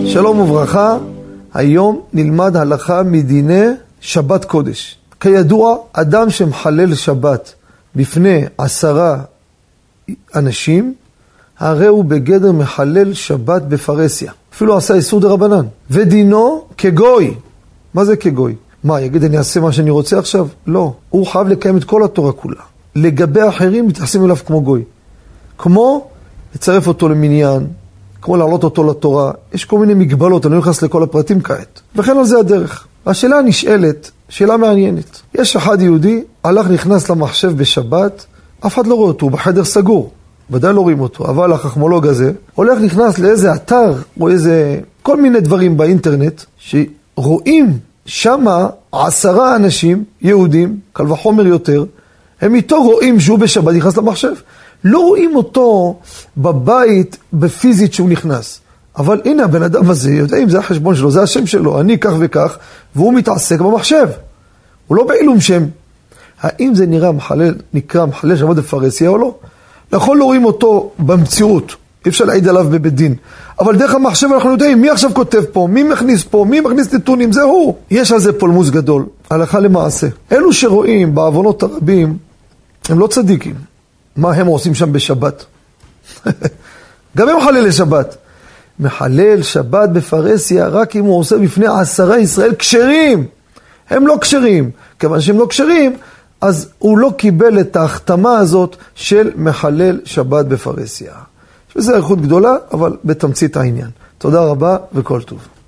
שלום וברכה, היום נלמד הלכה מדיני שבת קודש. כידוע, אדם שמחלל שבת בפני 10 אנשים, הרי הוא בגדר מחלל שבת בפרסיה. אפילו עשה איסור דרבנן. ודינו כגוי. מה זה כגוי? מה, יגיד אני אעשה מה שאני רוצה עכשיו? לא. הוא חייב לקיים את כל התורה כולה. לגבי אחרים מתייחסים אליו כמו גוי. כמו לצרף אותו למניין, כמו להעלות אותו לתורה. יש כל מיני מגבלות, אני לא נכנס לכל הפרטים כעת. וכן על זה הדרך. השאלה הנשאלת, שאלה מעניינת. יש אחד יהודי, הלך נכנס למחשב בשבת, אף אחד לא רואה אותו, הוא בחדר סגור. ודאי לא רואים אותו, אבל החכמולוג הזה הולך נכנס לאיזה אתר, או איזה כל מיני דברים באינטרנט, שרואים שמה 10 אנשים יהודים, קל וחומר יותר, הם איתו רואים שהוא בשבת נכנס למחשב. לא רואים אותו בבית, בפיזית שהוא נכנס. אבל הנה הבן אדם הזה, יודעים, זה החשבון שלו, זה השם שלו, אני כך וכך, והוא מתעסק במחשב. הוא לא בעילום שם. האם זה נקרא מחלל שבת בפרסיה או לא? נכון לא רואים אותו במציאות, אי אפשר להעיד עליו בבית דין. אבל דרך המחשב אנחנו יודעים מי עכשיו כותב פה, מי מכניס פה, מי מכניס נתונים, זה הוא. יש על זה פולמוס גדול, הלכה למעשה. אלו שרואים בעוונות הרבים, הם לא צדיקים. מה הם עושים שם בשבת? גם הם מחלל שבת. מחלל שבת בפרסיה רק אם הוא עושה בפני 10 ישראל כשרים. הם לא כשרים. כיוון שהם לא כשרים, אז הוא לא קיבל את ההחתמה הזאת של מחלל שבת בפרסיה. יש בזה איכות גדולה, אבל בתמצית העניין. תודה רבה וכל טוב.